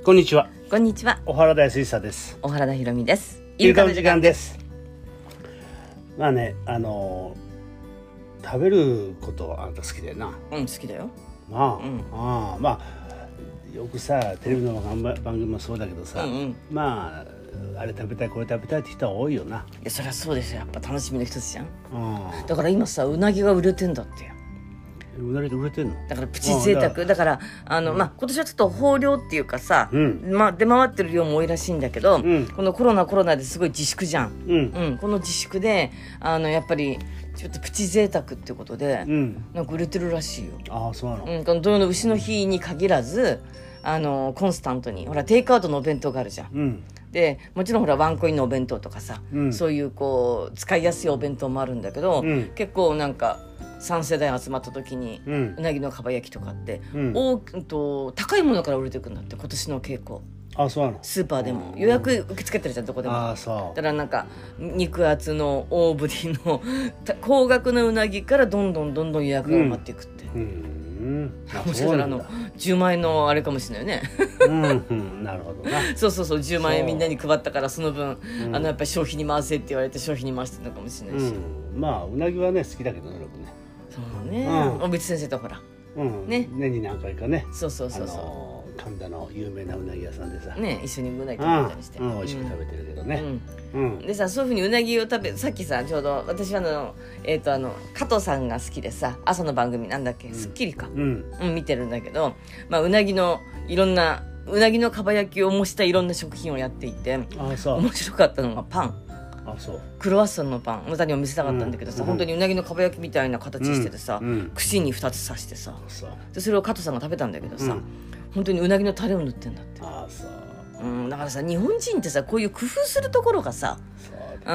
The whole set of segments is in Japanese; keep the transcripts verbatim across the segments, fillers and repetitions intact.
こんにちは。 こんにちは。 小原田康久です。 小原田ひろみです。 イルカの時間です。まあね、あのー、食べることあんた好きだよな。 うん、好きだよ。 まあ、 うん、 ああまあよくさテレビの番組もそうだけどさ、 うんうん、 まああれ食べたいこれ食べたいって人は多いよな。いやそりゃそうですよ。やっぱ楽しみの一つじゃん。 うん、 だから今さうなぎが売れてんだってよ。 うなぎで売れてんの？ だからプチ贅沢だからあの、うん、まあ今年はちょっと豊漁っていうかさ、うん、まあ出回ってる量も多いらしいんだけど、うん、このコロナコロナですごい自粛じゃん、うんうん、この自粛であのやっぱりちょっとプチ贅沢っていうことで、うん、なんか売れてるらしいよ。 ああそうなの、 うん、この土曜の牛の日に限らずあのコンスタントにほらテイクアウトのお弁当があるじゃん、うん、でもちろんほらワンコインのお弁当とかさ、うん、そういうこう使いやすいお弁当もあるんだけど、うん、結構なんかさん世代集まった時に、うん、うなぎのかば焼きとかって、うん、おと高いものから売れていくんだって今年の傾向。 あそうなの。 スーパーでも予約受け付けてるじゃんどこでも。 あそうだからなんか肉厚の大ぶりの高額のうなぎからどんどんどんどん予約が埋まっていくって、うんうんもしかしたらあのじゅうまんえんのあれかもしれないよねうん、 うん、なるほどなそうそうそうじゅうまんえんみんなに配ったからその分、うん、あのやっぱり消費に回せって言われて消費に回してるのかもしれないし、 うん、まあうなぎはね好きだけどね僕ね。 そうね、おびつ先生とほら、 うん、ね年に何回かねそうそうそうそう、あのー、神田の有名なうなぎ屋さんでさね一緒にうなぎ食べたりして、 うんうん、美味しく食べてるけどね、 うんうん、でさそういうふうにうなぎを食べさっきさちょうど私はあのえっ、ー、とあの加藤さんが好きでさ朝の番組なんだっけ、うん、スッキリか、うんうん、見てるんだけど、まあ、うなぎのいろんなうなぎのかば焼きを模したいろんな食品をやっていてあそう面白かったのがパン。 あそうクロワッサンのパンまたにも見せたかったんだけどさ、うん、本当にうなぎのかば焼きみたいな形しててさ、うん、串にふたつ刺してさ、うん、でそれを加藤さんが食べたんだけどさ、うん、本当にうなぎのタレを塗ってんだって。 あそう、 うん、だからさ日本人ってさこういう工夫するところがさうん、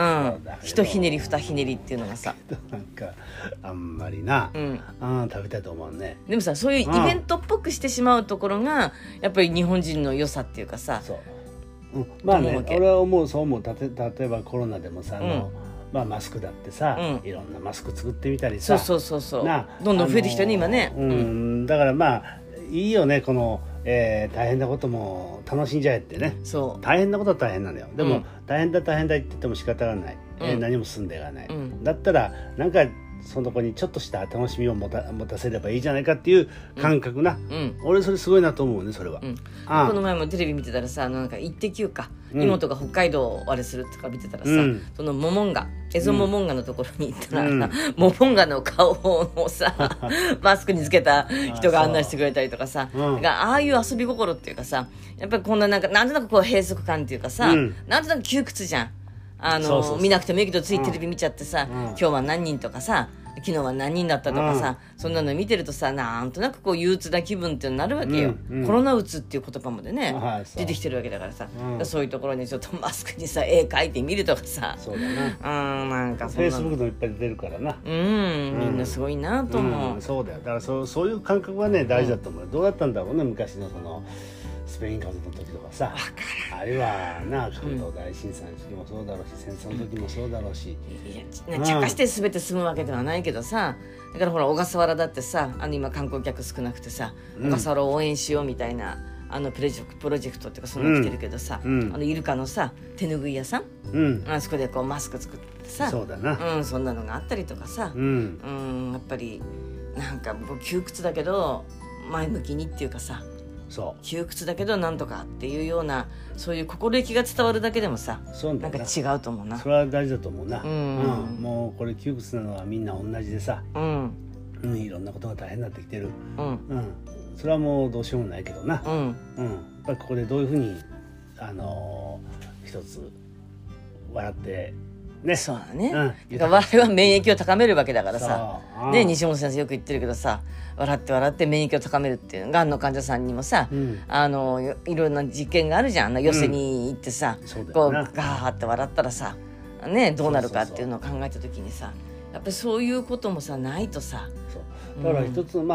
一ひねり二ひねりっていうのがさなんかあんまりな、うん、あ食べたいと思うね。 でもさそういうイベントっぽくしてしまうところがやっぱり日本人の良さっていうかさ。そううん、まあね俺は思うそう思うたて例えばコロナでもさ、うん、あのまあ、マスクだってさ、うん、いろんなマスク作ってみたりさそうそうそうそうどんどん増えてきたね今ね、 うんうん、だからまあいいよねこの、えー、大変なことも楽しんじゃえってね。そう大変なことは大変なのよでも、うん、大変だ大変だって言っても仕方がない、うんえー、何も進んでいかない、うん、だったらなんかそのとこにちょっとした楽しみを持た、持たせればいいじゃないかっていう感覚な、うん、俺それすごいなと思うねそれは、うん、 ああこの前もテレビ見てたらさなんかイッテ Q か、うん、妹が北海道をあれするとか見てたらさ、うん、そのモモンガエゾモモンガのところに行ったら、うん、モモンガの顔をさマスクにつけた人が案内してくれたりとかさ、うん、だからああいう遊び心っていうかさやっぱりこんななんかなんとなくこう閉塞感っていうかさ、うん、なんとなく窮屈じゃん。あのそうそうそう見なくてもいいけどついテレビ見ちゃってさ、うん、今日は何人とかさ昨日は何人だったとかさ、うん、そんなの見てるとさなんとなくこう憂鬱な気分ってなるわけよ、うんうん、コロナうつっていう言葉もでね、はい、出てきてるわけだからさ、うん、そういうところにちょっとマスクにさ絵描いてみるとかさそうだなうんなんかそんなフェイスブックでもいっぱい出るからなうん、うん、みんなすごいなと思う、 うん、そうだよだからそ う, そういう感覚はね大事だと思う、うん、どうだったんだろうね昔のそのスペイン風邪の時とかさあるいはな関東大震災の時もそうだろうし、うん、戦争の時もそうだろうし、 いや茶化して全て済むわけではないけどさだからほら小笠原だってさあの今観光客少なくてさ、うん、小笠原を応援しようみたいなあのプロジェクト、プロジェクトっていうかその来てるけどさ、うん、あのイルカのさ手ぬぐい屋さん、うん、あそこでこうマスク作ってさそうだな、 うん、そんなのがあったりとかさ、うん、うんやっぱりなんかもう窮屈だけど前向きにっていうかさそう窮屈だけどなんとかっていうようなそういう心意気が伝わるだけでもさなんか違うと思うな。 それは大事だと思うな、うんうん、もうこれ窮屈なのはみんな同じでさ、うんうん、いろんなことが大変になってきてる、うんうん、それはもうどうしようもないけどな、うんうん、やっぱりここでどういうふうにあのー、一つ笑ってね、 そうだね、うん、だから笑いは免疫を高めるわけだからさ、ね、西本先生よく言ってるけどさ笑って笑って免疫を高めるっていうがんの患者さんにもさ、うん、あのいろんな実験があるじゃんあの寄せに行ってさ、うん、こうガーって笑ったらさ、ね、どうなるかっていうのを考えた時にさやっぱりそういうこともさないとさそうだから一つ、うん、まあ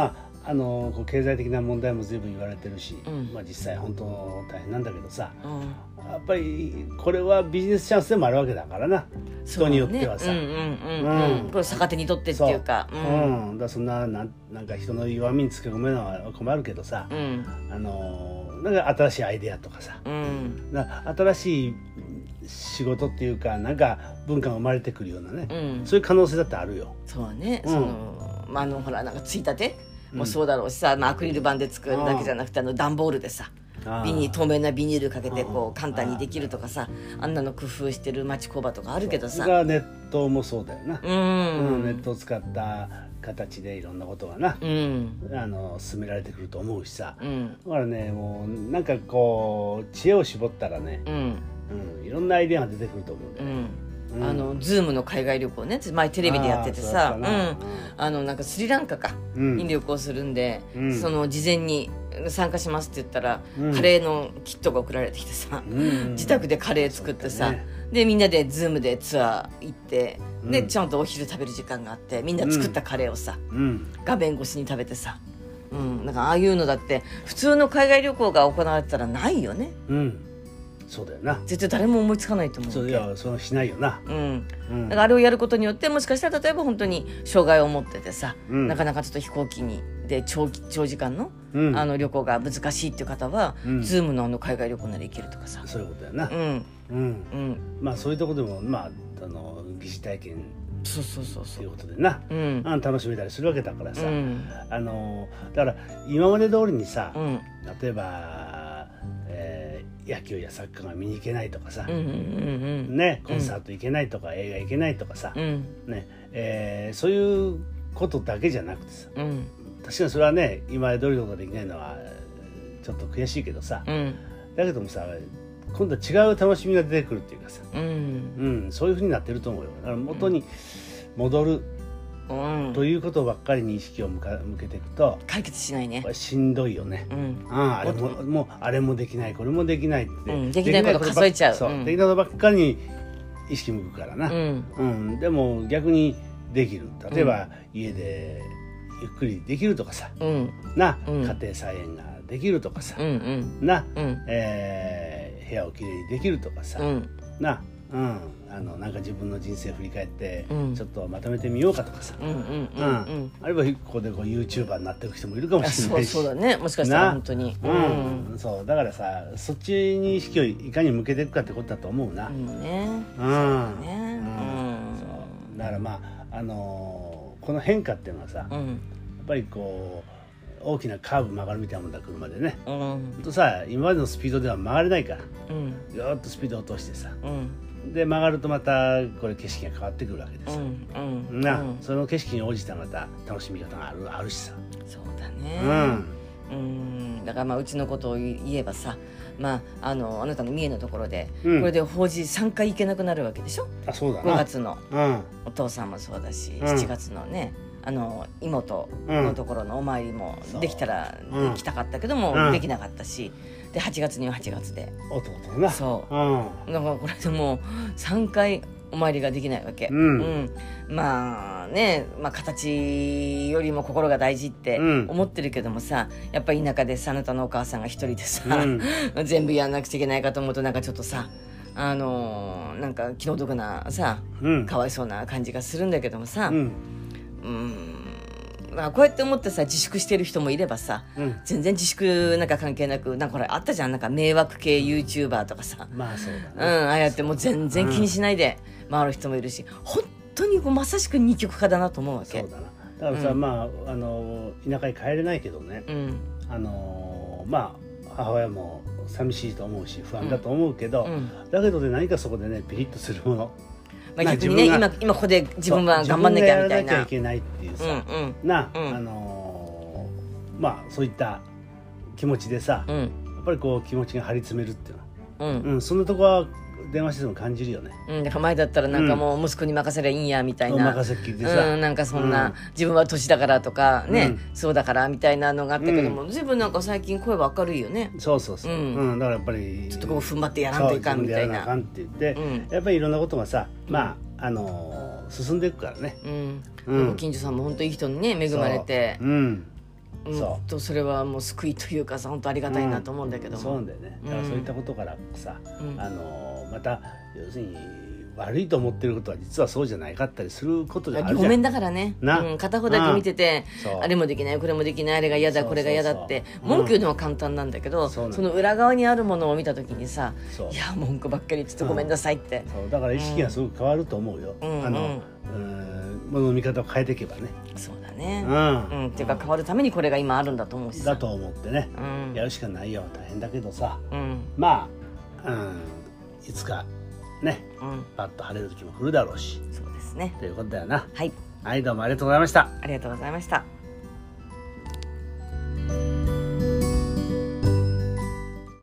あのこう経済的な問題も随分言われてるし、 うん、 まあ、実際本当大変なんだけどさ、 うん、 やっぱりこれはビジネスチャンスでもあるわけだからな、人によってはさ、 うんうんうんうん、これ逆手にとってっていうか、 そう、うん、うん、だそんななんなんか人の弱みにつけ込めるのは困るけどさ、 うん、 あのなんか新しいアイデアとかさ、 うん、 な新しい仕事っていうかなんか文化が生まれてくるようなね、 うん、 そういう可能性だってあるよ。 そうね、うん、その、まあ、あのほらなんかついたてもそうだろうしさ、まあ、アクリル板で作るだけじゃなくてあの段ボールでさビニ透明なビニールかけてこう簡単にできるとかさ、あんなの工夫してる町工場とかあるけどさ、 それがネットもそうだよな、 うん、 うん、ネットを使った形でいろんなことがな、うん、あの進められてくると思うしさ、うん、だからねもうなんかこう知恵を絞ったらね、うんうん、いろんなアイデアが出てくると思うんだよね、うん、 あのズームの海外旅行ね前テレビでやっててさ、うん、あのなんかスリランカか、うん、に旅行するんで、うん、その事前に参加しますって言ったら、うん、カレーのキットが送られてきてさ、うん、自宅でカレー作ってさ、ね、でみんなでズームでツアー行って、うん、でちゃんとお昼食べる時間があってみんな作ったカレーをさ、うん、画面越しに食べてさ、うん、なんかああいうのだって普通の海外旅行が行われてたらないよね、うん、 そうだよな、 絶対誰も思いつかないと思う。 そういやそのしないよな、 うんうん、だからあれをやることによってもしかしたら例えば本当に障害を持っててさ、うん、なかなかちょっと飛行機にで 長, 長時間 の,、うん、あの旅行が難しいっていう方は、うん、ズーム の, あの海外旅行なら行けるとかさ、 そういうことやな、うんうんうん、まあそういうとこでもまああの疑似体験そうそうそうそうということでな、うん、楽しめたりするわけだからさ、うん、あのだから今まで通りにさ、うん、例えば、えー、野球やサッカーが見に行けないとかさ、うんうんうん、ね、コンサート行けないとか、うん、映画行けないとかさ、うんねえー、そういうことだけじゃなくてさ、うん、確かにそれはね今まで通りのことができないのはちょっと悔しいけどさ、うん、だけどもさ今度は違う楽しみが出てくるっていうかさ、うんうん、そういうふうになってると思うよ。だから元に戻る、うん、ということばっかりに意識を向か向けていくと解決しないね。 これしんどいよね、うん、あ, あれももうあれもできないこれもできないって、 うん、できないこと数えちゃう、 そう、うん、できないことばっかりに意識向くからな、うんうん、でも逆にできる、例えば、うん、家でゆっくりできるとかさ、うん、な、うん、家庭菜園ができるとかさ、うんうん、な、うん、えー、部屋をきれいにできるとかさ、うん、な、うん、あのなんか自分の人生振り返って、うん、ちょっとまとめてみようかとかさ、うんうんうんうん、あるいはここでこう YouTuber になっていく人もいるかもしれないし、 そうそうだね、もしかしたら本当に、 うんうん、そうだからさそっちに意識をいかに向けていくかってことだと思うな、うんね、うん、そうね、うん、そうだからまああのー、この変化っていうのはさ、うん、やっぱりこう大きなカーブ曲がるみたいなもんだ車でね、うん、とさ今までのスピードでは曲がれないから、うん、ぐーっとスピードを落としてさ、うん、で曲がるとまたこれ景色が変わってくるわけでさ、うんうん、な、うん、その景色に応じたまた楽しみ方がある、あるしさ、 そうだね、うんうん、だからまあうちのことを言えばさ、まあ、あのあなたの三重のところで、うん、これで法事さんかい行けなくなるわけでしょ。 あ、そうだな。 ごがつの、うん、お父さんもそうだし、うん、しちがつのねあの妹のところのお参りもできたら行きたかったけども、うん、できなかったし、ではちがつにははちがつで弟な、 そう、うん、だからこれでもうさんかいお参りができないわけ、うんうん、まあね、まあ、形よりも心が大事って思ってるけどもさ、やっぱり田舎でさあなたのお母さんが一人でさ、うん、全部やんなくちゃいけないかと思うとなんかちょっとさあのー、なんか気の毒なさ、うん、かわいそうな感じがするんだけどもさ、うんうんまあ、こうやって思ってさ自粛してる人もいればさ、うん、全然自粛なんか関係なくなんかこれあったじゃん、なんか迷惑系 YouTuber とかさ、 まあそうだね、うん、ああやってもう全然気にしないで回る人もいるし、本当にまさしく二極化だなと思うわけ。 そうだな。だからさ、うん、まああの田舎に帰れないけどね、うん、あのまあ母親も寂しいと思うし不安だと思うけど、うん、だけどね何かそこでねピリッとするもの、 まあ、逆にね今今ここで自分は頑張んなきゃみたいな、自分がやらなきゃいけないっていうさ、うんうん、な、うん、あのー、まあそういった気持ちでさ、うん、やっぱりこう気持ちが張り詰めるっていうのは、うんうん、そんなとこは電話しても感じるよね、 うん、だから前だったらなんかもう息子に任せりゃいいんやみたいな、 任せっきりでさ、 うん、なんかそんな、うん、自分は年だからとかね、うん、そうだからみたいなのがあったけども、うん、随分なんか最近声は明るいよね。 そうそうそう、うんうん、だからやっぱりちょっとこう踏ん張ってやらんといかんみたいな、 やらなあかんって言って、うん、やっぱりいろんなことがさ、まああのー、進んでいくからね、 うんうん、ご近所さんも本当いい人にね恵まれて、うんうん、そうとそれはもう救いというかさ本当ありがたいなと思うんだけども、 うん、そうなんだよね。だからそういったことからさ、うん、あのまた要するに悪いと思ってることは実はそうじゃないかったりすることであるじゃん。 両面だからね、うん、片方だけ見てて、うん、あれもできないこれもできないあれが嫌だこれが嫌だって文句言うのは簡単なんだけど、うん、その裏側にあるものを見た時にさいや文句ばっかり言ってごめんなさいって、 うん、そうだから意識がすごく変わると思うよ、うん、あの、うん、ものの見方を変えていけばね。 そうだね、うんうん、っていうか変わるためにこれが今あるんだと思うしさだと思ってね、うん、やるしかないよ。大変だけどさ、うん、まあ、うん、いつかね、うん、パッと晴れる時も来るだろうし。 そうですね。 ということだよな。 はい。 はい、どうもありがとうございました。 ありがとうございました。